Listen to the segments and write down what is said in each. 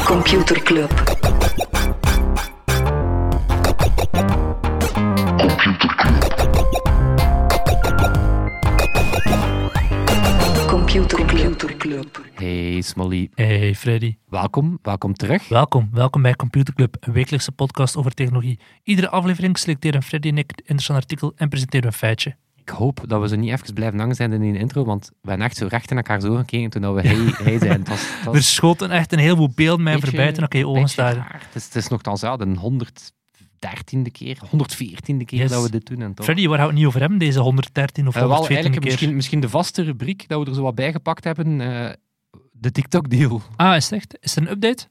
Computer Club. Computer Club. Hey Smolly. Hey Freddy. Welkom terug. Welkom bij Computer Club, een wekelijkse podcast over technologie. Iedere aflevering selecteren Freddy en ik een interessant artikel en presenteren een feitje. Ik hoop dat we zo niet even blijven hangen zijn in die intro, want we hebben echt zo recht in elkaar zo gekeken toen we hij zijn. Er schoten echt een heleboel beelden mij voorbij toen ik in je ogen staren. Het is nogthans de 113e keer, 114e keer dat we dit doen. En toch. Freddy, waar gaan we het niet over hebben, deze 113 of 114e keer? Misschien de vaste rubriek dat we er zo wat bij gepakt hebben, de TikTok-deal. Ah, is het echt? Is er een update?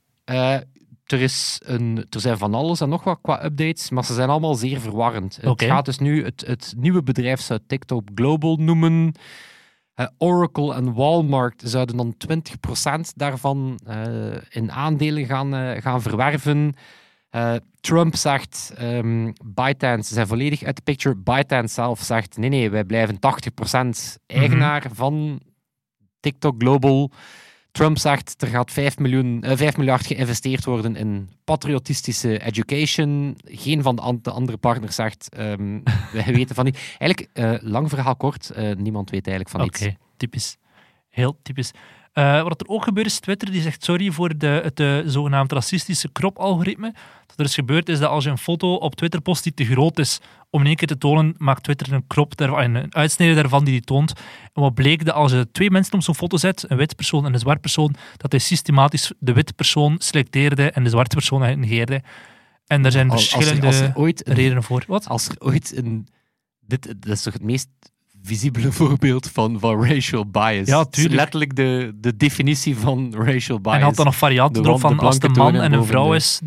Er zijn van alles en nog wat qua updates, maar ze zijn allemaal zeer verwarrend. Okay. Het gaat dus nu, het nieuwe bedrijf zou TikTok Global noemen. Oracle en Walmart zouden dan 20% daarvan in aandelen gaan verwerven. Trump zegt, ByteDance zijn volledig uit de picture. ByteDance zelf zegt, nee, wij blijven 80% eigenaar van TikTok Global. Trump zegt, er gaat 5 miljard geïnvesteerd worden in patriotistische education. Geen van de andere partners zegt, wij weten van niet. Eigenlijk, lang verhaal kort, niemand weet eigenlijk van iets. Oké, typisch. Heel typisch. Wat er ook gebeurt is, Twitter die zegt sorry voor het zogenaamd racistische crop-algoritme. Wat er is gebeurd is dat als je een foto op Twitter post die te groot is om in één keer te tonen, maakt Twitter een crop een uitsnede daarvan die toont. En wat bleek, dat als je twee mensen op zo'n foto zet, een wit persoon en een zwart persoon, dat hij systematisch de witte persoon selecteerde en de zwarte persoon negeerde. En er zijn verschillende redenen voor. Wat? Als er ooit dat is toch het meest visibele voorbeeld van racial bias. Ja, tuurlijk. Letterlijk de definitie van racial bias. En had dan nog varianten erop van als de man en een vrouw is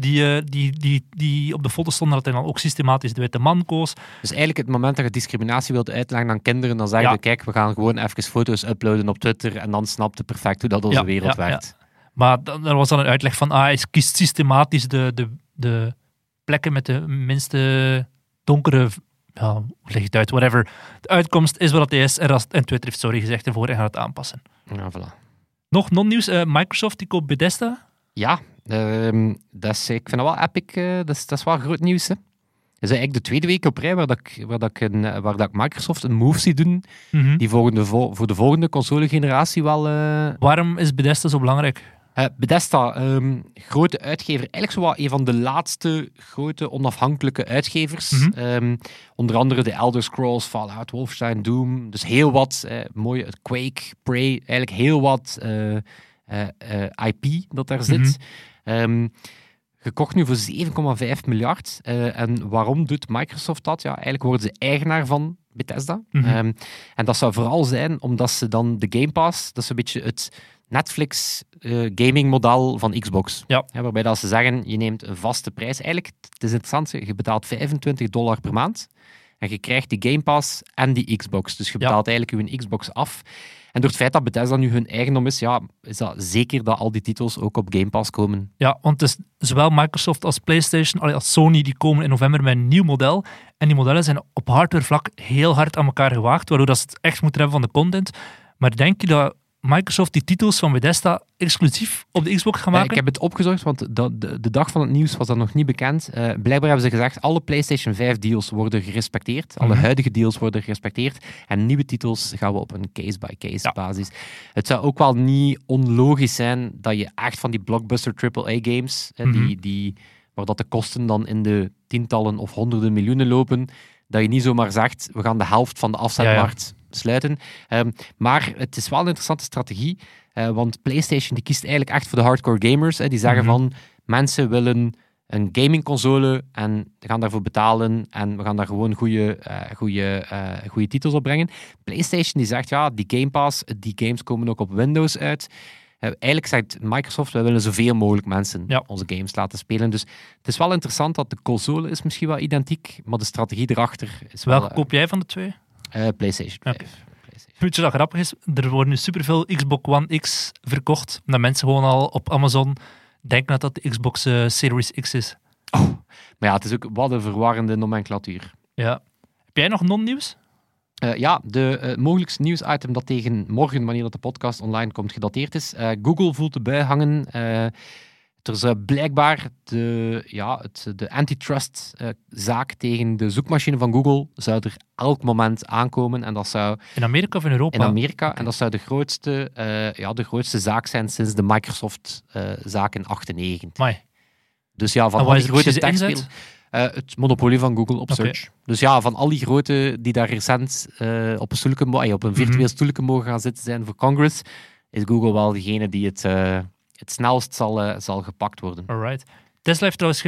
die op de foto stonden, dat hij dan ook systematisch de witte man koos. Dus eigenlijk het moment dat je discriminatie wilt uitleggen aan kinderen, dan zeg je, kijk, we gaan gewoon even foto's uploaden op Twitter en dan snapte perfect hoe dat onze wereld werkt. Ja. Maar er was dan een uitleg van, hij kiest systematisch de plekken met de minste donkere... Ja, hoe leg je het uit? Whatever. De uitkomst is wat het is. En Twitter heeft sorry gezegd ervoor en gaat het aanpassen. Ja, voilà. Nog non-nieuws. Microsoft die koopt Bethesda. Ja, ik vind dat wel epic. Dat is wel groot nieuws. Hè. Dat is eigenlijk de tweede week op rij waar ik Microsoft een move zie doen die voor de volgende console-generatie wel... Waarom is Bethesda zo belangrijk? Bethesda, grote uitgever. Eigenlijk zo wat een van de laatste grote onafhankelijke uitgevers. Onder andere de Elder Scrolls, Fallout, Wolfenstein, Doom. Dus heel wat, mooi, Quake, Prey. Eigenlijk heel wat IP dat daar zit. Gekocht nu voor 7,5 miljard. En waarom doet Microsoft dat? Ja, eigenlijk worden ze eigenaar van Bethesda. En dat zou vooral zijn omdat ze dan de Game Pass, dat is een beetje het Netflix gaming model van Xbox. Ja. Waarbij dat ze zeggen, je neemt een vaste prijs. Eigenlijk, het is interessant, je betaalt $25 per maand en je krijgt die Game Pass en die Xbox. Dus je betaalt eigenlijk je Xbox af. En door het feit dat Bethesda nu hun eigendom is, is dat zeker dat al die titels ook op Game Pass komen. Ja, want het is zowel Microsoft als PlayStation, als Sony, die komen in november met een nieuw model. En die modellen zijn op hardwarevlak heel hard aan elkaar gewaagd, waardoor dat ze het echt moeten hebben van de content. Maar denk je dat Microsoft die titels van Bethesda exclusief op de Xbox gaan maken? Ik heb het opgezocht, want de dag van het nieuws was dat nog niet bekend. Blijkbaar hebben ze gezegd, alle PlayStation 5 deals worden gerespecteerd. Alle huidige deals worden gerespecteerd. En nieuwe titels gaan we op een case-by-case basis. Het zou ook wel niet onlogisch zijn dat je echt van die blockbuster AAA-games, waar dat de kosten dan in de tientallen of honderden miljoenen lopen, dat je niet zomaar zegt, we gaan de helft van de afzetmarkt sluiten. Maar het is wel een interessante strategie, want PlayStation die kiest eigenlijk echt voor de hardcore gamers. Die zeggen van, mensen willen een gamingconsole en gaan daarvoor betalen en we gaan daar gewoon goede titels op brengen. PlayStation die zegt, die Game Pass, die games komen ook op Windows uit. Eigenlijk zegt Microsoft, wij willen zoveel mogelijk mensen onze games laten spelen. Dus het is wel interessant dat de console is misschien wel identiek, maar de strategie erachter is wel... Welke koop jij van de twee? PlayStation 5. Weet je wat grappig is? Er worden nu superveel Xbox One X verkocht, omdat mensen gewoon al op Amazon denken dat de Xbox Series X is. Oh, maar het is ook wat een verwarrende nomenclatuur. Ja. Heb jij nog non-nieuws? De mogelijkste nieuwsitem dat tegen morgen, wanneer dat de podcast online komt, gedateerd is. Google voelt de bui hangen. Het er zou blijkbaar de antitrust-zaak tegen de zoekmachine van Google zou er elk moment aankomen. En dat zou In Amerika of in Europa? in Amerika. En dat zou de grootste zaak zijn sinds de Microsoft-zaak in 1998. Amai. Dus ja, van En al wat die is de grote precieze techspelers... het monopolie van Google op Oké. search. Dus ja, van al die grote die daar recent op een virtueel stoelje mogen gaan zitten zijn voor Congress, is Google wel degene die het snelst zal gepakt worden. Alright. Tesla heeft trouwens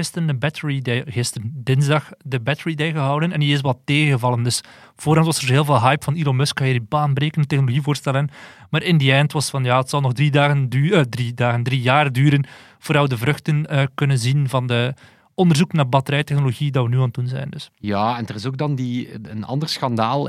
dinsdag de Battery Day gehouden en die is wat tegengevallen. Dus voorhand was er heel veel hype van Elon Musk, ga je die baanbrekende technologie voorstellen. Maar in die eind was van, ja, het zal nog 3 jaar duren voordat we de vruchten kunnen zien van de onderzoek naar batterijtechnologie dat we nu aan het doen zijn. Dus. Ja, en er is ook dan een ander schandaal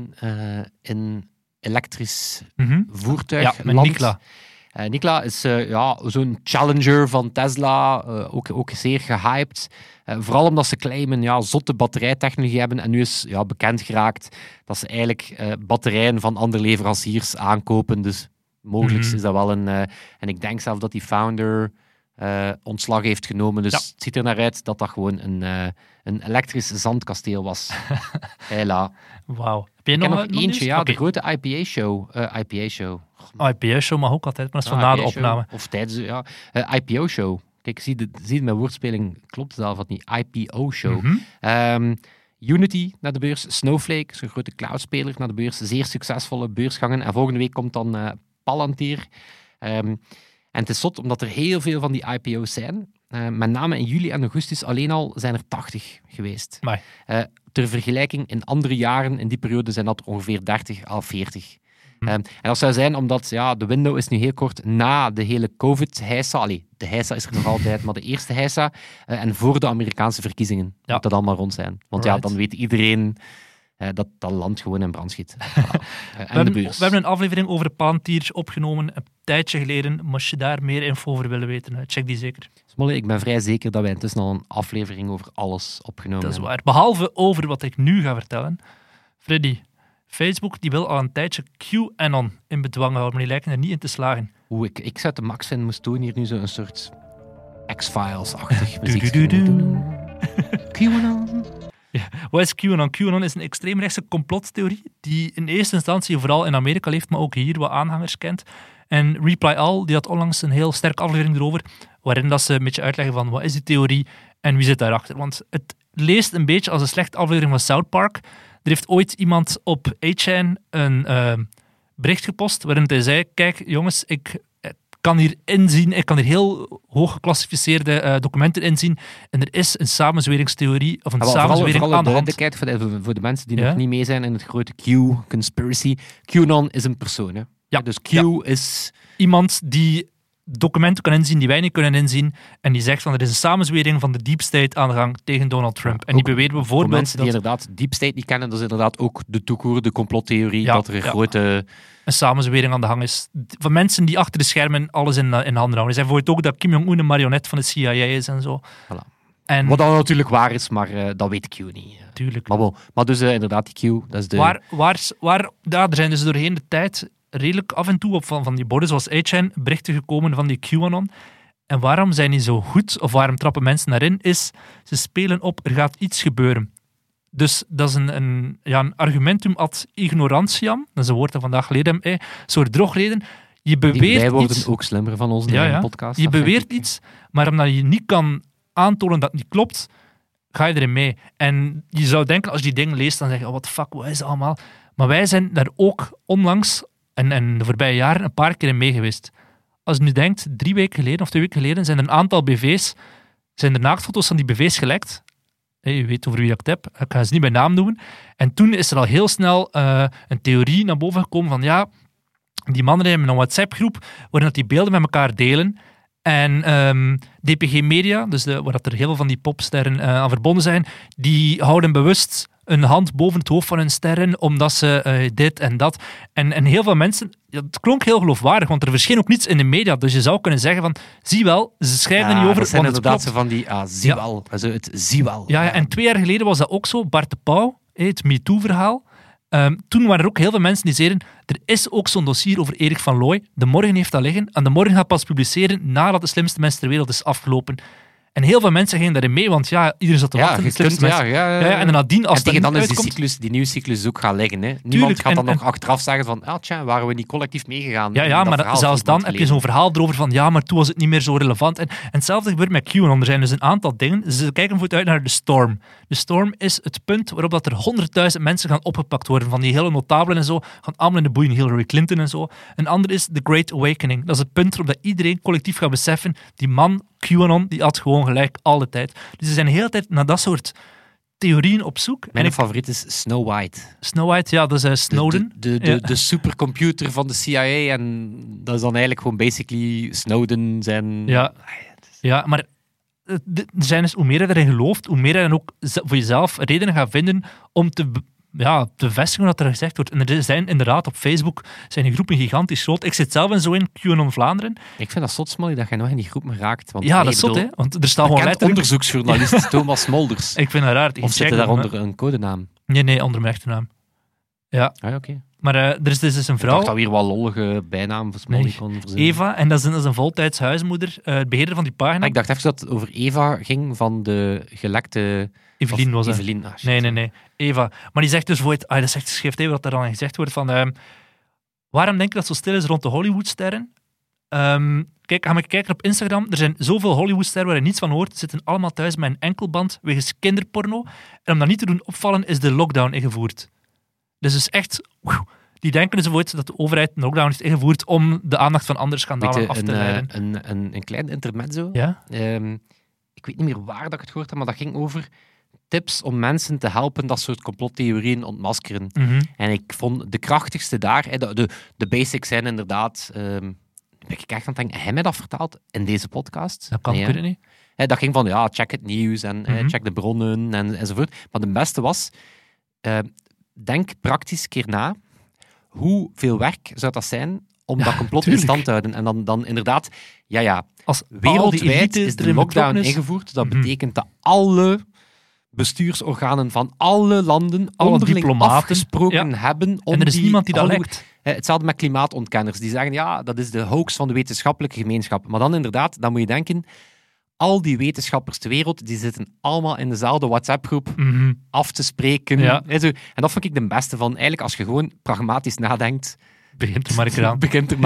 in elektrisch voertuig. Ja, met Nikola. Nikola is zo'n challenger van Tesla, ook zeer gehyped. Vooral omdat ze claimen zotte batterijtechnologie hebben. En nu is bekend geraakt dat ze eigenlijk batterijen van andere leveranciers aankopen. Dus mogelijk is dat wel en ik denk zelf dat die founder ontslag heeft genomen. Dus het ziet er naar uit dat gewoon een elektrisch zandkasteel was. Hela. Wauw. Heb jij Ik ken nog nog eentje, nieuws? de grote IPA-show. IPA-show mag ook altijd, maar dat is van na de opname. Of tijdens IPO-show. Kijk, zie je mijn woordspeling klopt zelf wat niet. IPO-show. Unity naar de beurs, Snowflake, zo'n grote cloudspeler naar de beurs, zeer succesvolle beursgangen. En volgende week komt dan Palantir. En het is zot, omdat er heel veel van die IPO's zijn. Met name in juli en augustus alleen al zijn er 80 geweest. Ter vergelijking, in andere jaren in die periode zijn dat ongeveer 30 à 40. En dat zou zijn omdat de window is nu heel kort na de hele COVID-heisa. Allee, de heisa is er nog altijd, maar de eerste heisa. En voor de Amerikaanse verkiezingen moet dat allemaal rond zijn. Want dan weet iedereen dat dat land gewoon in brand schiet. En we hebben een aflevering over Palantir opgenomen een tijdje geleden. Moest je daar meer info over willen weten, check die zeker. Smolle, ik ben vrij zeker dat wij intussen al een aflevering over alles opgenomen hebben. Dat is waar. Behalve over wat ik nu ga vertellen. Freddy, Facebook die wil al een tijdje QAnon in bedwang houden, maar die lijken er niet in te slagen. Ik zou het de max vinden, moest toen hier nu zo'n soort X-Files-achtig muziek. QAnon. Ja, wat is QAnon? QAnon is een extreemrechtse complottheorie die in eerste instantie vooral in Amerika leeft, maar ook hier wat aanhangers kent. En Reply All die had onlangs een heel sterke aflevering erover, waarin dat ze een beetje uitleggen van wat is die theorie en wie zit daarachter. Want het leest een beetje als een slechte aflevering van South Park. Er heeft ooit iemand op 8chan een bericht gepost waarin hij zei, kijk jongens, ik kan hier inzien, ik kan hier heel hoog geclassificeerde documenten inzien en er is een samenzweringstheorie of een samenzwering vooral aan de hand. duidelijkheid voor de mensen die nog niet mee zijn in het grote Q-conspiracy. QAnon is een persoon. Hè? Ja. Dus Q is... Iemand die documenten kan inzien die wij niet kunnen inzien en die zegt van er is een samenzwering van de deep state aan de gang tegen Donald Trump. En die beweert bijvoorbeeld... Voor mensen die inderdaad deep state niet kennen, dat is inderdaad ook de toekoer, de complottheorie, dat er een grote... een samenzwering aan de gang is. Van mensen die achter de schermen alles in handen houden. Er zijn bijvoorbeeld ook dat Kim Jong-un een marionet van de CIA is en zo. Voilà. En wat dan natuurlijk waar is, maar dat weet Q niet. Tuurlijk. Maar dus inderdaad, die Q, dat is de... Er zijn dus doorheen de tijd redelijk af en toe op van die borden zoals 8chan berichten gekomen van die QAnon. En waarom zijn die zo goed, of waarom trappen mensen daarin, is ze spelen op, er gaat iets gebeuren. Dus dat is een argumentum ad ignorantiam, dat is een woord dat vandaag geleerd hebben, een soort drogreden. Je beweert wij worden iets, ook slimmer van ons in de podcast. Je beweert iets, maar omdat je niet kan aantonen dat het niet klopt, ga je erin mee. En je zou denken, als je die dingen leest, dan zeg je, what the fuck, wat is het allemaal? Maar wij zijn daar ook onlangs, en de voorbije jaren, een paar keer in mee geweest. Als je nu denkt, 3 weken geleden of 2 weken geleden, zijn er een aantal BV's, zijn er naaktfoto's van die BV's gelekt. Je weet over wie ik het heb. Ik ga ze niet bij naam noemen. En toen is er al heel snel een theorie naar boven gekomen van ja, die mannen hebben een WhatsApp-groep waarin dat die beelden met elkaar delen. En DPG Media, dus waar dat er heel veel van die popsterren aan verbonden zijn, die houden bewust een hand boven het hoofd van hun sterren, omdat ze dit en dat. En heel veel mensen... Ja, het klonk heel geloofwaardig, want er verscheen ook niets in de media. Dus je zou kunnen zeggen van, zie wel, ze schrijven er niet over, dat zijn want het inderdaad klopt. zo van die, zie wel. Also, het zie wel. Ja, en 2 jaar geleden was dat ook zo. Bart de Pauw, het MeToo-verhaal. Toen waren er ook heel veel mensen die zeiden, er is ook zo'n dossier over Erik van Looy. De Morgen heeft dat liggen en de Morgen gaat pas publiceren nadat De Slimste Mens ter Wereld is afgelopen. En heel veel mensen gingen daarin mee, want iedereen zat te wachten. En nadien, als en tegen dan is uitkomt, die nieuwe cyclus ook gaan liggen. Hè. Niemand gaat dan nog achteraf zeggen van, waren we niet collectief meegegaan? Maar zelfs dan heb je zo'n verhaal erover van, maar toen was het niet meer zo relevant. En hetzelfde gebeurt met QAnon. Er zijn dus een aantal dingen. Ze kijken bijvoorbeeld uit naar de Storm. De Storm is het punt waarop dat er 100.000 mensen gaan opgepakt worden, van die hele notabelen en zo, gaan allemaal in de boeien, Hillary Clinton en zo. Een ander is The Great Awakening. Dat is het punt waarop dat iedereen collectief gaat beseffen, die man QAnon, die had gewoon gelijk, al de tijd. Dus ze zijn de hele tijd naar dat soort theorieën op zoek. Mijn favoriet is Snow White. Snow White, ja, dat is Snowden. De supercomputer van de CIA en dat is dan eigenlijk gewoon basically Snowden zijn... Ja, maar er zijn dus, hoe meer je erin gelooft, hoe meer je dan ook voor jezelf redenen gaat vinden om te vestigen wat er gezegd wordt. En er zijn inderdaad op Facebook zijn die groepen gigantisch groot. Ik zit zelf in zo in QAnon Vlaanderen. Ik vind dat zot, Molly, dat je nog in die groep raakt. Want, dat is zot, hè? Want er staat gewoon letterlijk... onderzoeksjournalist Thomas Smolders. Ik vind dat raar. Of zit er daaronder een codenaam? Nee, onder mijn echte naam. Ja. Oké. Maar er is dus een vrouw... Ik dacht dat we hier wel lollige bijnaam voor Smolly kon verzinnen. Eva, en dat is een voltijds huismoeder, beheerder van die pagina. Ik dacht even dat het over Eva ging van de gelekte... Evelien was het. Evelien. Nee. Eva. Maar die zegt dus dat is echt geschreven even wat er dan gezegd wordt van... waarom denk je dat het zo stil is rond de Hollywoodsterren? Ga maar kijken op Instagram. Er zijn zoveel Hollywoodsterren waar je niets van hoort. Ze zitten allemaal thuis met een enkelband wegens kinderporno. En om dat niet te doen opvallen, is de lockdown ingevoerd. Dus is echt... Die denken dus bijvoorbeeld dat de overheid een lockdown heeft ingevoerd om de aandacht van andere schandalen af te leiden. Een klein intermezzo. Ja? Ik weet niet meer waar dat ik het gehoord heb, maar dat ging over tips om mensen te helpen dat soort complottheorieën ontmaskeren. Mm-hmm. En ik vond de krachtigste daar... De basics zijn inderdaad... ik echt aan het denken, heb jij dat vertaald in deze podcast? Dat kan, ik weet het niet. Dat ging van, check het nieuws en check de bronnen enzovoort. Maar de beste was... denk praktisch een keer na. Hoeveel werk zou dat zijn om dat complot in stand te houden? En dan inderdaad, als wereldwijd is de lockdown ingevoerd. Dat betekent dat alle bestuursorganen van alle landen onderling diplomaten afgesproken hebben. En er is niemand die dat lekt. Hetzelfde met klimaatontkenners. Die zeggen, dat is de hoax van de wetenschappelijke gemeenschap. Maar dan inderdaad, dan moet je denken... Al die wetenschappers ter wereld, die zitten allemaal in dezelfde WhatsApp-groep af te spreken. Ja. En dat vond ik de beste van. Eigenlijk, als je gewoon pragmatisch nadenkt... Begint er maar aan.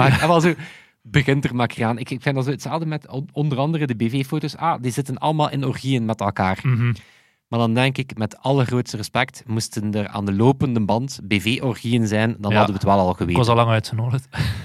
Begint er maar aan. Ik vind dat zo hetzelfde met onder andere de BV-foto's. Die zitten allemaal in orgieën met elkaar. Mm-hmm. Maar dan denk ik, met allergrootste respect, moesten er aan de lopende band BV-orgieën zijn, dan hadden we het wel al geweten. Ik was al lang uitgenodigd.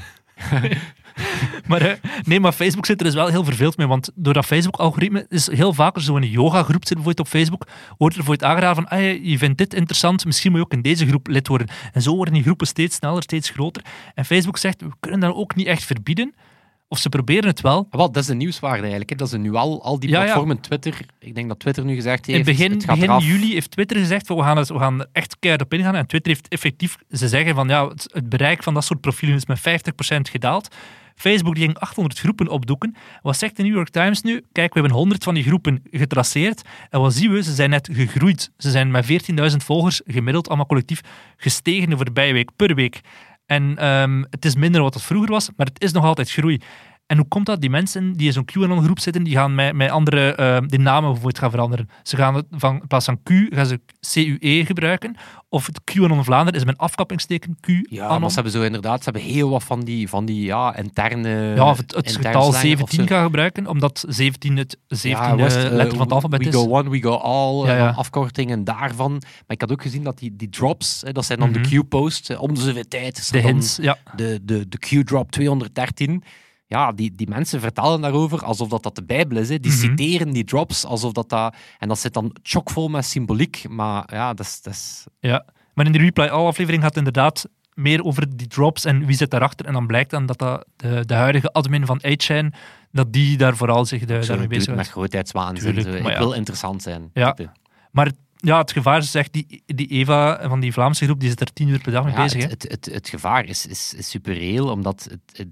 Maar Facebook zit er dus wel heel verveeld mee, want door dat Facebook-algoritme is heel vaker zo in een yoga-groep zit bijvoorbeeld op Facebook, wordt er voor het aangeraden van je vindt dit interessant, misschien moet je ook in deze groep lid worden. En zo worden die groepen steeds sneller, steeds groter. En Facebook zegt, we kunnen dat ook niet echt verbieden. Of ze proberen het wel. Dat is de nieuwswaarde eigenlijk. Hè. Dat is nu al die platformen. Twitter, ik denk dat Twitter nu gezegd heeft... In begin juli heeft Twitter gezegd, we gaan er echt keihard op ingaan. En Twitter heeft effectief, ze zeggen van het bereik van dat soort profielen is met 50% gedaald. Facebook die ging 800 groepen opdoeken. Wat zegt de New York Times nu? Kijk, we hebben 100 van die groepen getraceerd. En wat zien we? Ze zijn net gegroeid. Ze zijn met 14.000 volgers gemiddeld, allemaal collectief, gestegen de voorbije week per week. En het is minder wat het vroeger was, maar het is nog altijd groei. En hoe komt dat? Die mensen die in zo'n QAnon-groep zitten, die gaan met andere die namen bijvoorbeeld gaan veranderen. Ze gaan in plaats van Q, gaan ze CUE gebruiken. Of het QAnon Vlaanderen is met een afkappingsteken Q. Ja, maar ze hebben heel wat van die interne... Ja, of het getal 17 gaan gebruiken, omdat 17 het 17 letter van het alfabet is. We go one, we go all, afkortingen daarvan. Maar ik had ook gezien dat die drops, dat zijn dan de Q-posts, om de zoveel tijd. De hints, de Q-drop 213... Ja, die mensen vertellen daarover alsof dat de Bijbel is. Hè. Die citeren die drops alsof dat... En dat zit dan chockvol met symboliek. Maar ja, dat is... Ja, maar in de Reply All-aflevering gaat het inderdaad meer over die drops en wie zit daarachter. En dan blijkt dan dat de huidige admin van 8chan, dat die daar vooral zich daarmee bezig is. Met grootheidswaanzin. Ik wil interessant zijn. Ja, type. Maar... Ja, het gevaar is echt, die Eva van die Vlaamse groep, die zit er 10 uur per dag mee bezig. Het gevaar is super reëel, omdat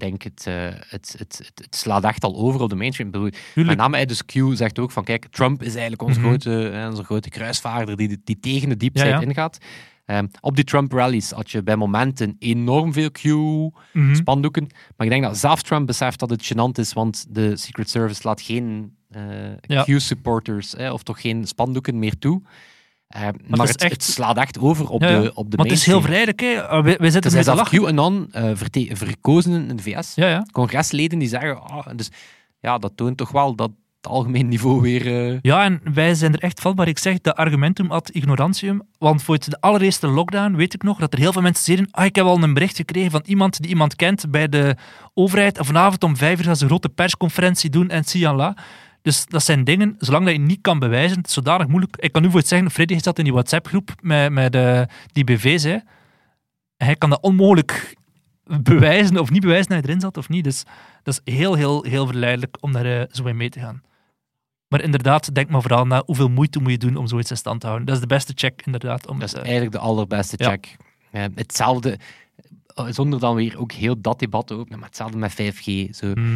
het slaat echt al over op de mainstream. Met name, dus Q zegt ook van, kijk, Trump is eigenlijk onze grote kruisvaarder die tegen de diepzijde ingaat. Op die Trump-rallies had je bij momenten enorm veel Q-spandoeken. Maar ik denk dat zelfs Trump beseft dat het gênant is, want de Secret Service laat geen Q-supporters of toch geen spandoeken meer toe. Maar het slaat echt over op de Want het is heel verleidelijk. Wij zitten dus met te lachen. QAnon verkozen in de VS. Ja. Congresleden die zeggen... dus ja, dat toont toch wel dat het algemeen niveau weer... Ja, en wij zijn er echt vatbaar. Ik zeg de argumentum ad ignorantium. Want voor de allereerste lockdown weet ik nog dat er heel veel mensen zeiden ik heb al een bericht gekregen van iemand die iemand kent bij de overheid. En vanavond om 5 uur gaan ze een grote persconferentie doen en la. Dus dat zijn dingen, zolang dat je niet kan bewijzen, het is zodanig moeilijk. Ik kan nu voor het zeggen, Freddy zat in die WhatsApp-groep met die BV's. En hij kan dat onmogelijk bewijzen of niet bewijzen dat hij erin zat of niet. Dus dat is heel, heel, heel verleidelijk om daar zo in mee te gaan. Maar inderdaad, denk maar vooral na hoeveel moeite moet je doen om zoiets in stand te houden. Dat is de beste check, inderdaad. Dat is eigenlijk de allerbeste check. Hetzelfde, zonder dan weer ook heel dat debat te openen, maar hetzelfde met 5G.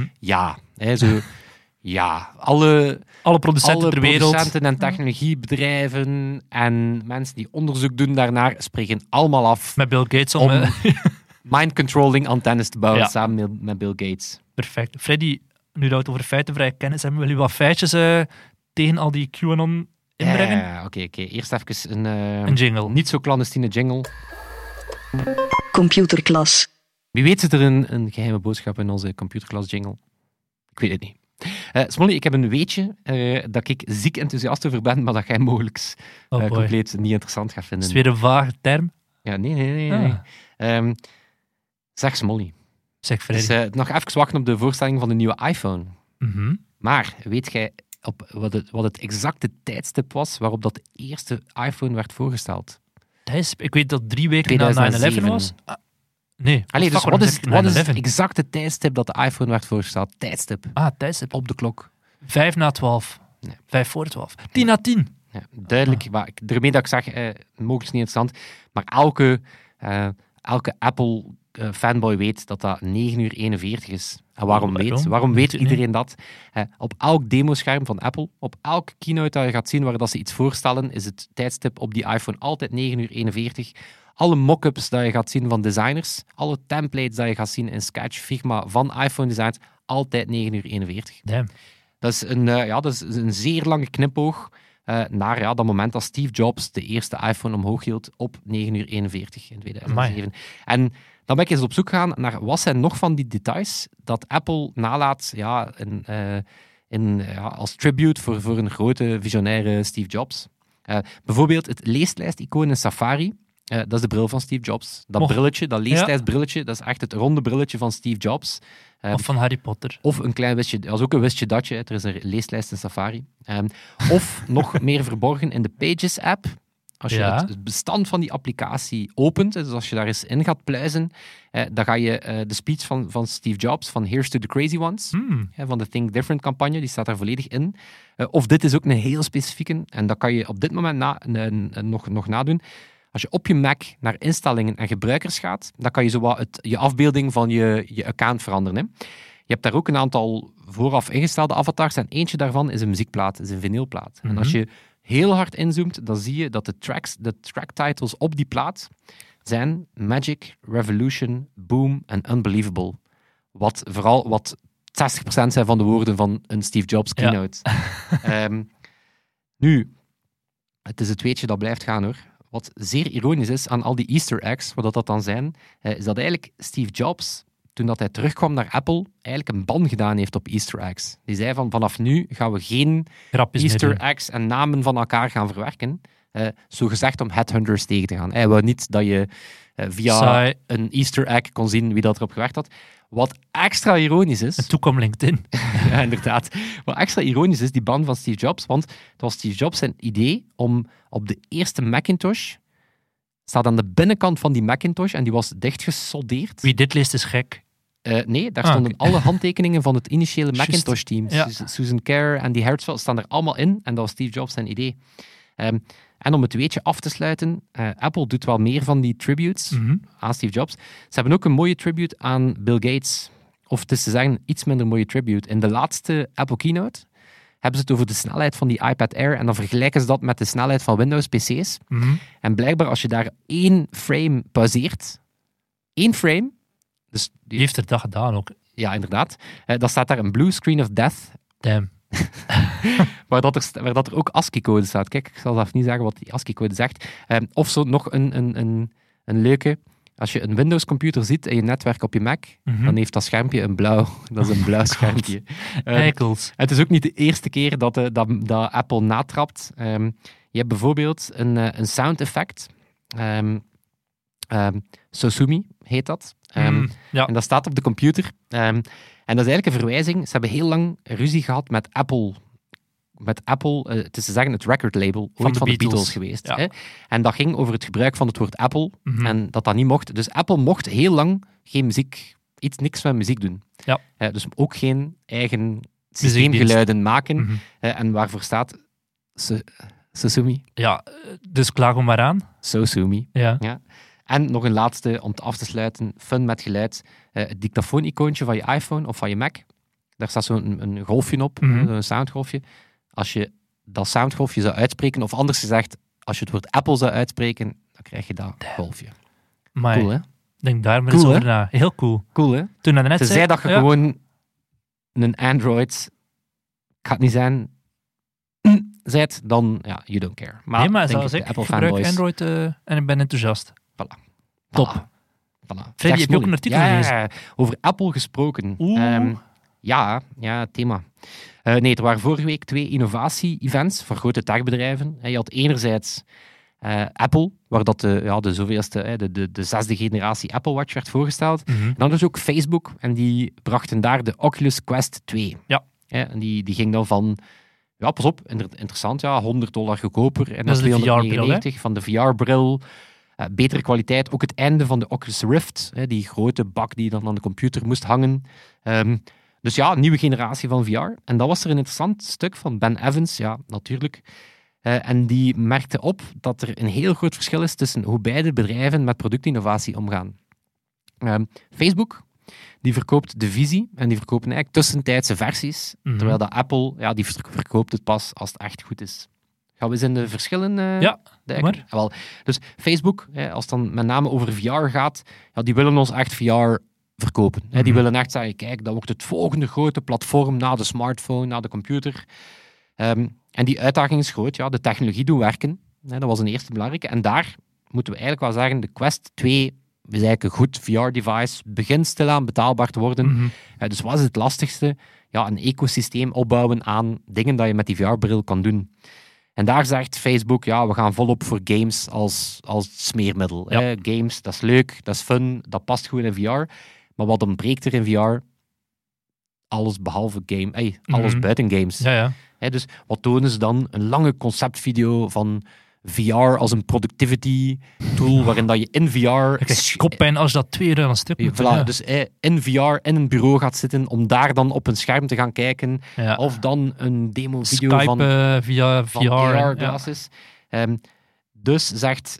Alle producenten ter wereld. Producenten en technologiebedrijven en mensen die onderzoek doen daarnaar spreken allemaal af. Met Bill Gates om mind-controlling antennes te bouwen samen met Bill Gates. Perfect. Freddy, nu dat we het over feitenvrije kennis hebben, wil je wat feitjes tegen al die QAnon inbrengen? Ja, oké. Eerst even een jingle. Niet zo clandestine jingle. Computerklas. Wie weet zit er een geheime boodschap in onze computerklas jingle? Ik weet het niet. Smolly, ik heb een weetje dat ik ziek enthousiast over ben, maar dat jij mogelijk compleet niet interessant gaat vinden. Is het weer een vage term? Ja, nee. Zeg Smolly. Zeg Freddy. Dus, nog even wachten op de voorstelling van de nieuwe iPhone. Mm-hmm. Maar weet jij wat het exacte tijdstip was waarop dat de eerste iPhone werd voorgesteld? Ik weet dat 3 weken na 9/11 was. Nee. Allee, dus wat is het exacte tijdstip dat de iPhone werd voorgesteld? Tijdstip. Tijdstip. Op de klok. 5 na 12. Nee. 5 voor 12. 10 na 10. Ja, duidelijk. Maar daarmee dat ik zeg, mogelijk niet interessant, maar elke Apple fanboy weet dat dat 9:41 is. En waarom weet iedereen dat? Op elk demoscherm van Apple, op elke keynote dat je gaat zien waar dat ze iets voorstellen, is het tijdstip op die iPhone altijd 9:41. Alle mock-ups dat je gaat zien van designers, alle templates dat je gaat zien in Sketch, Figma van iPhone designs, altijd 9:41. Damn. Dat is een zeer lange knipoog naar dat moment dat Steve Jobs de eerste iPhone omhoog hield op 9:41 in 2007. Amai. En dan ben ik eens op zoek gegaan naar wat zijn nog van die details dat Apple nalaat als tribute voor een grote visionaire Steve Jobs. Bijvoorbeeld het leeslijst-icoon in Safari. Dat is de bril van Steve Jobs. Dat brilletje, dat leeslijstbrilletje, dat is echt het ronde brilletje van Steve Jobs. Of van Harry Potter. Of een klein wistje, dat is ook een wistje datje. Er is een leeslijst in Safari. Of nog meer verborgen in de Pages-app. Als je het bestand van die applicatie opent, dus als je daar eens in gaat pluizen, dan ga je de speech van Steve Jobs, van Here's to the Crazy Ones, van de Think Different campagne, die staat daar volledig in. Of dit is ook een heel specifieke, en dat kan je op dit moment nog nadoen. Als je op je Mac naar instellingen en gebruikers gaat, dan kan je zowat je afbeelding van je account veranderen. Hè. Je hebt daar ook een aantal vooraf ingestelde avatars en eentje daarvan is een muziekplaat, is een vinylplaat. En als je heel hard inzoomt, dan zie je dat de track titles op die plaat zijn Magic, Revolution, Boom en Unbelievable. Wat 60% zijn van de woorden van een Steve Jobs keynote. Ja. Nu, het is het weetje dat blijft gaan hoor. Wat zeer ironisch is aan al die Easter eggs, wat dat dan zijn, is dat eigenlijk Steve Jobs, toen dat hij terugkwam naar Apple, eigenlijk een ban gedaan heeft op Easter eggs. Die zei vanaf nu gaan we geen Easter eggs en namen van elkaar gaan verwerken. Zo gezegd om headhunters tegen te gaan. Hij wou niet dat je via een Easter egg kon zien wie dat erop gewerkt had. Wat extra ironisch is... En toen kwam LinkedIn. Ja, inderdaad. Wat extra ironisch is, die ban van Steve Jobs, want het was Steve Jobs zijn idee om op de eerste Macintosh, staat aan de binnenkant van die Macintosh, en die was dichtgesoldeerd. Wie dit leest is gek. Nee, daar stonden alle handtekeningen van het initiële Macintosh-team. Ja. Susan Kerr en die Hertzfeld staan er allemaal in, en dat was Steve Jobs zijn idee. En om het weetje af te sluiten, Apple doet wel meer van die tributes aan Steve Jobs. Ze hebben ook een mooie tribute aan Bill Gates. Of het is te zeggen, iets minder mooie tribute. In de laatste Apple Keynote hebben ze het over de snelheid van die iPad Air en dan vergelijken ze dat met de snelheid van Windows PC's. Mhm. En blijkbaar als je daar 1 frame pauzeert, 1 frame, dus Die heeft er dat gedaan ook. ja, inderdaad, dan staat daar een blue screen of death, Damn. waar dat er ook ASCII-code staat. Kijk, ik zal zelf niet zeggen wat die ASCII-code zegt. Of zo nog een leuke. Als je een Windows-computer ziet in je netwerk op je Mac, Mhm. dan heeft dat schermpje een blauw. Dat is een blauw schermpje. Eikels. Het is ook niet de eerste keer dat Apple natrapt. Je hebt bijvoorbeeld een sound effect. Sosumi heet dat. Ja. En dat staat op de computer. En dat is eigenlijk een verwijzing. Ze hebben heel lang ruzie gehad met Apple. Met Apple, het is te zeggen het record label, ooit de van de Beatles. Beatles geweest. Ja. Hè? En dat ging over het gebruik van het woord Apple. Mhm. En dat niet mocht. Dus Apple mocht heel lang geen muziek, niks met muziek doen. Ja. Dus ook geen eigen systeemgeluiden maken. Mhm. En waarvoor staat Sosumi? Ja, dus klaag hem maar aan. Sosumi. Ja. Ja. En nog een laatste om af te sluiten. Fun met geluid. Het dictafoon-icoontje van je iPhone of van je Mac. Daar staat zo'n een golfje op, Mhm. een soundgolfje. Als je dat soundgolfje zou uitspreken, of anders gezegd, als je het woord Apple zou uitspreken, dan krijg je dat golfje. Maar Cool, hè? denk daar maar Cool, eens hè? over na. Heel cool. Cool, hè? Toen dat net Tenzij zei... dat je ja. gewoon een Android, ik ga het niet zijn, zijt, dan, ja, you don't care. Maar, Nee, maar denk zoals ik, ik de Apple gebruik fanboys, Android en ik ben enthousiast. Top. Voilà. Freddy, heb je ook een artikel gelezen? Ja, over Apple gesproken. Oeh. Ja, thema. Nee, er waren vorige week 2 innovatie-events voor grote techbedrijven. Je had enerzijds Apple, waar dat de zoveelste, de 6e generatie Apple Watch werd voorgesteld. Mhm. En dan dus ook Facebook, en die brachten daar de Oculus Quest 2. Ja. En die ging dan van, ja, pas op, interessant, ja, $100 goedkoper. En Dat is de $299 van de VR-bril. Betere kwaliteit, ook het einde van de Oculus Rift, die grote bak die dan aan de computer moest hangen. Dus ja, een nieuwe generatie van VR. En dat was er een interessant stuk van Ben Evans, ja, natuurlijk. En die merkte op dat er een heel groot verschil is tussen hoe beide bedrijven met productinnovatie omgaan. Facebook, die verkoopt de visie en die verkopen eigenlijk tussentijdse versies, Mhm. terwijl dat Apple, ja, die verkoopt het pas als het echt goed is. Gaan we eens in de verschillen Ja, duiken? maar. Ja, wel. Dus Facebook, als het dan met name over VR gaat, ja, die willen ons echt VR verkopen. Die Mhm. willen echt zeggen, kijk, dat wordt het volgende grote platform na de smartphone, na de computer. En die uitdaging is groot. Ja, de technologie doet werken. Dat was een eerste belangrijke. En daar moeten we eigenlijk wel zeggen, de Quest 2 is eigenlijk een goed VR-device, begint stilaan betaalbaar te worden. Mhm. Dus wat is het lastigste? Ja, een ecosysteem opbouwen aan dingen dat je met die VR-bril kan doen. En daar zegt Facebook, ja, we gaan volop voor games als smeermiddel. Ja. Games, dat is leuk, dat is fun, dat past goed in VR. Maar wat ontbreekt er in VR? Alles behalve game, alles Mhm. buiten games. Ja. Dus wat tonen ze dan? Een lange conceptvideo van VR als een productivity tool, waarin dat je in VR... Ik krijg koppijn als je dat 2 uur aan een stuk moet Voilà, doen, ja. dus in VR in een bureau gaat zitten om daar dan op een scherm te gaan kijken. Ja. Of dan een demo-video Skype van via VR. van ja. AR-glasses. Dus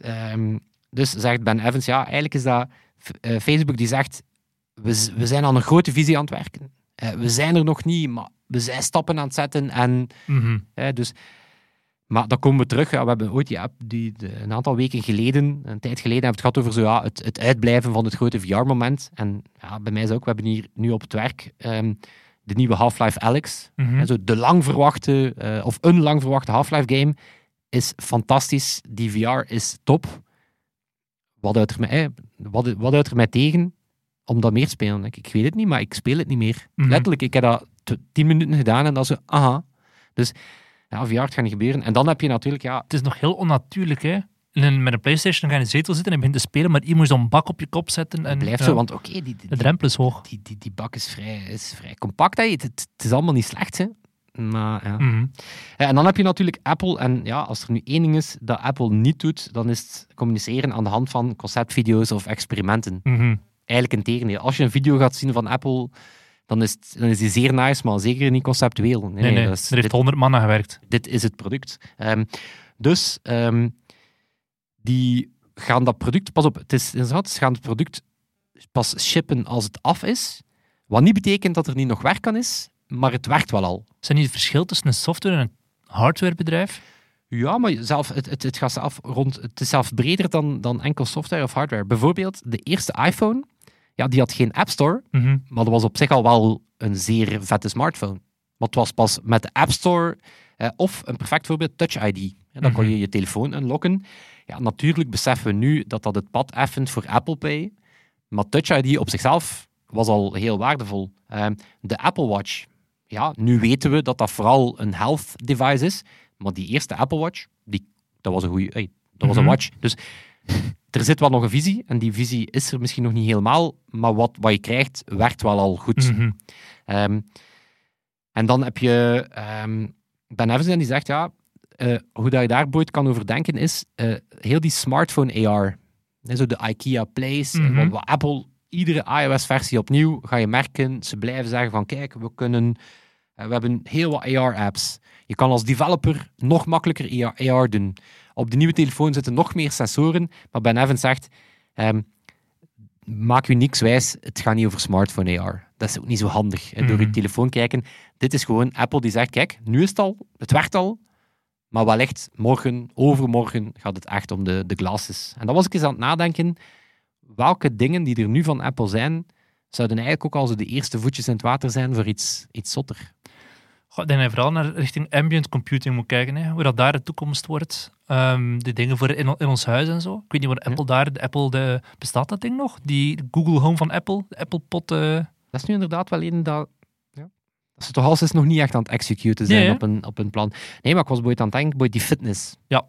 zegt Ben Evans, ja, eigenlijk is dat Facebook die zegt, we zijn aan een grote visie aan het werken. We zijn er nog niet, maar we zijn stappen aan het zetten. En, Mhm. dus, maar dan komen we terug. Ja, we hebben ooit die app, een aantal weken geleden, een tijd geleden, hebben we het gehad over zo, ja, het uitblijven van het grote VR-moment. En ja, bij mij is ook, we hebben hier nu op het werk de nieuwe Half-Life Alyx. Mhm. Zo de lang verwachte, of een lang verwachte Half-Life game is fantastisch. Die VR is top. Wat houdt er mij tegen om dat meer te spelen? Ik weet het niet, maar ik speel het niet meer. Mhm. Letterlijk, ik heb dat 10 minuten gedaan en dat zo, aha. Dus ja, VR het gaat niet gebeuren. En dan heb je natuurlijk, ja, Het is nog heel onnatuurlijk, hè. Met een PlayStation ga je in de zetel zitten en je begint te spelen, maar hier moet je zo'n bak op je kop zetten. En, het blijft ja, zo, want oké, de drempel is hoog. die bak is vrij compact. Hè. Het is allemaal niet slecht, hè. Maar ja. Mhm. En dan heb je natuurlijk Apple. En ja, als er nu één ding is dat Apple niet doet, dan is het communiceren aan de hand van conceptvideo's of experimenten. Mhm. Eigenlijk een tegendeel. Als je een video gaat zien van Apple, dan is die zeer nice, maar zeker niet conceptueel. Nee, dat is, er heeft 100 man aan gewerkt. dit is het product. Dus die gaan dat product, pas op, het is inderdaad, ze gaan het product pas shippen als het af is. Wat niet betekent dat er niet nog werk aan is. maar het werkt wel al. Zijn niet het verschil tussen een software- en een hardwarebedrijf? Ja, maar het gaat zelf het is zelfs breder dan enkel software of hardware. Bijvoorbeeld, de eerste iPhone, ja, die had geen App Store, maar dat was op zich al wel een zeer vette smartphone. Maar het was pas met de App Store, of een perfect voorbeeld, Touch ID. Dan kon je je telefoon unlocken. Ja, natuurlijk beseffen we nu dat het pad effent voor Apple Pay, maar Touch ID op zichzelf was al heel waardevol. De Apple Watch, ja, nu weten we dat vooral een health device is, maar die eerste Apple Watch, dat was een goede, dat was een watch. Dus er zit wel nog een visie, en die visie is er misschien nog niet helemaal, maar wat je krijgt, werkt wel al goed. En dan heb je Ben Evans die zegt, ja, hoe dat je daar ooit kan over denken is, heel die smartphone AR, zo de IKEA Place, wat Apple, iedere iOS-versie opnieuw, ga je merken, ze blijven zeggen van, kijk, we hebben heel wat AR-apps. Je kan als developer nog makkelijker AR doen. Op de nieuwe telefoon zitten nog meer sensoren, maar Ben Evans zegt, maak u niks wijs, het gaat niet over smartphone AR. Dat is ook niet zo handig, door je telefoon kijken. Dit is gewoon Apple die zegt, kijk, nu is het werkt al, maar wellicht morgen, overmorgen gaat het echt om de glasses. En dan was ik eens aan het nadenken, welke dingen die er nu van Apple zijn, zouden eigenlijk ook al zo de eerste voetjes in het water zijn voor iets zotter. Ik denk dat je vooral naar richting ambient computing moet kijken, hè. Hoe dat daar de toekomst wordt. De dingen voor in ons huis en zo. Ik weet niet wat Apple bestaat dat ding nog? Die Google Home van Apple, de Apple Pod. Dat is nu inderdaad wel een dat ze toch al eens nog niet echt aan het executen zijn op een plan. Nee, maar ik was aan het denken, die fitness. Ja.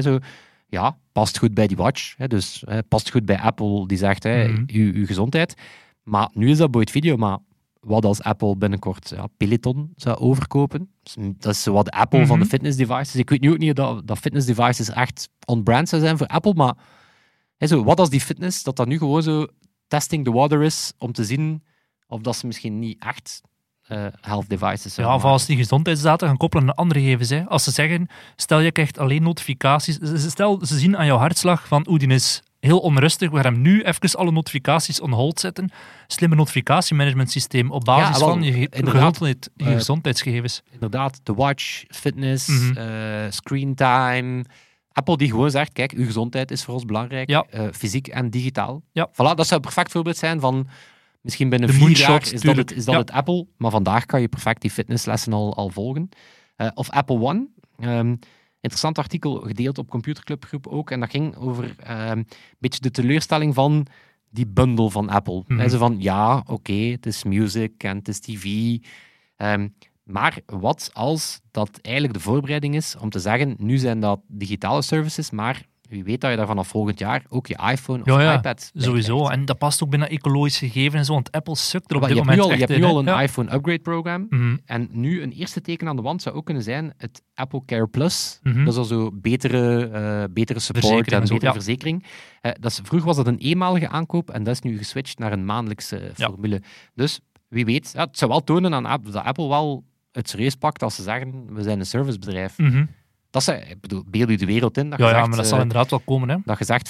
Past goed bij die watch. Dus past goed bij Apple, die zegt, uw gezondheid. Maar nu is dat het video, maar wat als Apple binnenkort Peloton zou overkopen. Dat is wat de Apple van de fitness devices. Ik weet nu ook niet dat fitness devices echt on-brand zou zijn voor Apple, maar wat als die fitness, dat nu gewoon zo testing the water is, om te zien of dat ze misschien niet echt health devices zijn. Ja, of als die gezondheidsdata gaan koppelen aan andere gegevens. Hè. Als ze zeggen, stel je krijgt alleen notificaties. Stel, ze zien aan jouw hartslag van, die is heel onrustig, we gaan hem nu even alle notificaties on hold zetten. Slimme notificatiemanagementsysteem op basis van je gezondheidsgegevens. Inderdaad, de watch, fitness, screen time. Apple die gewoon zegt, kijk, uw gezondheid is voor ons belangrijk, fysiek en digitaal. Ja. Voilà, dat zou een perfect voorbeeld zijn van, misschien binnen 4 jaar is dat het Apple, maar vandaag kan je perfect die fitnesslessen al volgen. Of Apple One. Interessant artikel gedeeld op Computerclub groep ook. En dat ging over een beetje de teleurstelling van die bundle van Apple. Zo van, het is music en het is tv. Maar wat als dat eigenlijk de voorbereiding is om te zeggen, nu zijn dat digitale services, maar wie weet dat je daar vanaf volgend jaar ook je iPhone of iPad sowieso. Krijgt. En dat past ook binnen ecologische gegevens en zo, want Apple sukt er op dit moment echt in. Je hebt nu al een iPhone upgrade program. En nu een eerste teken aan de wand zou ook kunnen zijn het Apple Care Plus. Dat is al zo betere support en betere verzekering. Vroeger was dat een eenmalige aankoop en dat is nu geswitcht naar een maandelijkse formule. Dus wie weet, het zou wel tonen aan Apple dat Apple wel het serieus pakt als ze zeggen, we zijn een servicebedrijf. Ik bedoel, beeld je de wereld in. Dat maar dat zal inderdaad wel komen. Hè? Dat je zegt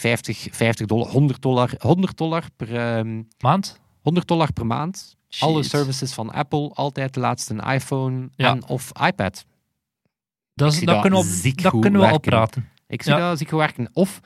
$50, $100 per maand. $100 per maand. Shit. Alle services van Apple, altijd de laatste iPhone of iPad. Dat kunnen we al praten. Ik zie dat ziek werken. Of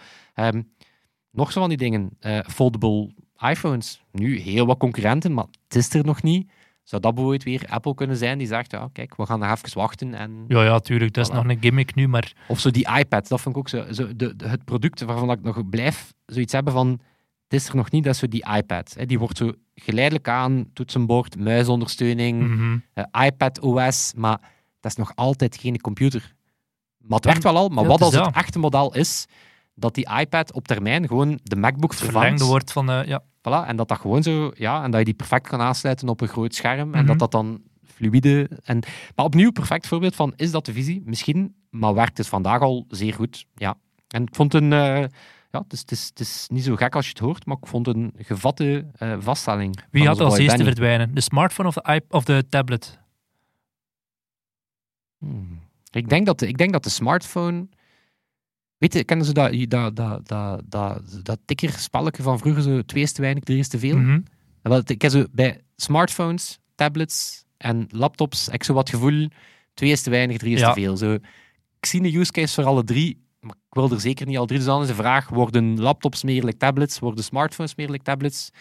nog zo van die dingen. Foldable iPhones. Nu heel wat concurrenten, maar het is er nog niet. Zou dat bijvoorbeeld weer Apple kunnen zijn die zegt, kijk, we gaan nog even wachten. En ja, tuurlijk. Dat is nog een gimmick nu, maar... Of zo die iPad, dat vind ik ook zo het product waarvan ik nog blijf zoiets hebben van, het is er nog niet, dat is zo die iPad. Die wordt zo geleidelijk aan, toetsenbord, muisondersteuning, iPad OS, maar dat is nog altijd geen computer. Maar het werkt wel al, maar wat als het echte model is, dat die iPad op termijn gewoon de MacBook vervangt. Wordt van, Voilà, en dat gewoon zo, en dat je die perfect kan aansluiten op een groot scherm, en dat dan fluïde... Maar opnieuw, perfect voorbeeld van, is dat de visie? Misschien, maar werkt het vandaag al zeer goed. Ja. En ik vond het is niet zo gek als je het hoort, maar ik vond een gevatte vaststelling. Wie gaat als eerste verdwijnen? De smartphone of de tablet? Ik denk dat de smartphone... Weet je, kennen ze dat tikkerspelletje van vroeger, zo 2 is te weinig, 3 is te veel? Ik ken zo bij smartphones, tablets En laptops, heb ik zo wat gevoel, 2 is te weinig, 3 is te veel. Zo, ik zie een use case voor alle 3, maar ik wil er zeker niet al 3. Dus dan is de vraag, worden laptops meer like tablets? Worden smartphones meer like tablets?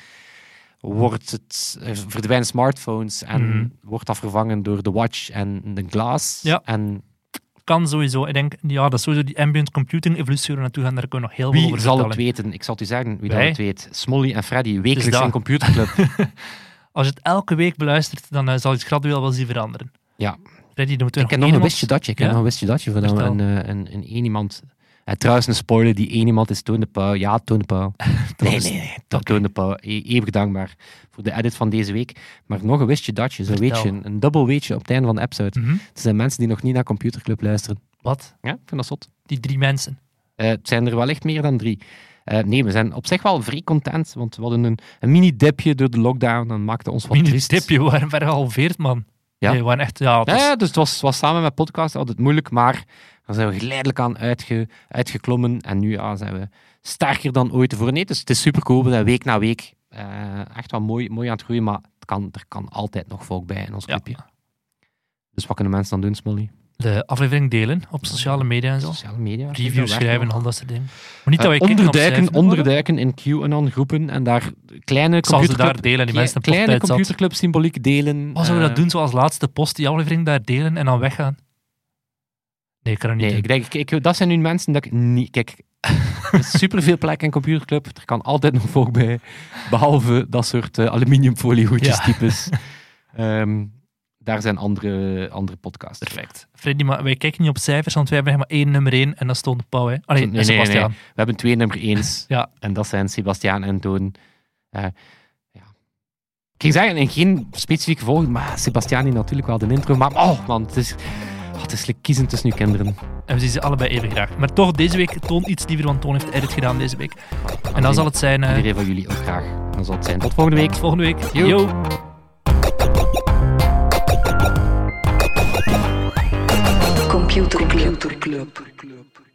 Verdwijnen smartphones en wordt dat vervangen door de watch en de glass? Ja. En Kan sowieso. Ik denk, dat is sowieso die ambient computing evolutie waar naartoe gaan. Daar kunnen we nog heel veel wie over zal vertellen. het weten? Ik zal het u zeggen wie Wij? dat het weet. Smolly en Freddy, wekelijks dat. in Computerclub. Als je het elke week beluistert, dan zal je het gradueel wel zien veranderen. Ja. Freddy, dan moeten we Ik heb nog nog een één wistje datje. Ik heb Ja? nog een wistje datje voor dat we Vertel. een één iemand... trouwens, een spoiler, die één iemand is Toon de Pauw. Ja, Toon de Pauw. Nee, Toon de Pauw. Eeuwig dankbaar voor de edit van deze week. Maar nog een wistje datje, zo'n Vertel. weetje, een dubbel weetje op het einde van de episode. Mhm. Er zijn mensen die nog niet naar Computerclub luisteren. Wat? Ja, ik vind dat zot. Die 3 mensen. Het zijn er wellicht meer dan 3. Nee, we zijn op zich wel vrij content, want we hadden een mini-dipje door de lockdown. Dan maakte ons wat triest. Mini-tipje, we waren vergehalveerd, man. Ja. Nee, we waren echt... Ja, het was- Ja, dus het was samen met podcast altijd moeilijk, maar dan zijn we geleidelijk aan uitgeklommen en nu zijn we sterker dan ooit tevoren. Nee, dus het is super cool, we zijn week na week echt wel mooi aan het groeien, maar er kan altijd nog volk bij in ons Ja. clubje. Dus wat kunnen mensen dan doen, Smolly? De aflevering delen op sociale media en zo. Sociale media. Reviews schrijven, al dat soort dingen. Maar niet dat wij kicken op cijfers. onderduiken in QAnon groepen en daar kleine Ik zal ze computerclub, daar delen, die mensen een kleine ploftijd zat. computerclub symboliek delen. Wat zouden we dat doen, zoals laatste post, die aflevering daar delen en dan weggaan? Nee, ik kan dat niet Nee, doen. ik denk, dat zijn nu mensen dat ik niet... Kijk, er is superveel plek in Computerclub. Er kan altijd nog volk bij. Behalve dat soort aluminiumfoliehoedjes Ja. types. Daar zijn andere podcasts. Perfect. Freddy, maar wij kijken niet op cijfers, want wij hebben maar 1 nummer 1 en dat is Toon de Pauw. Hè. Allee, Nee. Sebastiaan. We hebben 2 nummer 1's. Ja. En dat zijn Sebastiaan en Toon. Ja. Ik ging zeggen, in geen specifieke volgorde, maar Sebastiaan heeft natuurlijk wel de intro. Maar man, het is like kiezen tussen uw kinderen. En we zien ze allebei even graag. Maar toch, deze week Toon iets liever, want Toon heeft de edit gedaan deze week. En dan zal het zijn... Iedereen van jullie ook graag. Dan zal het zijn. Tot volgende week. tot volgende week. Yo. Yo. Computerclub.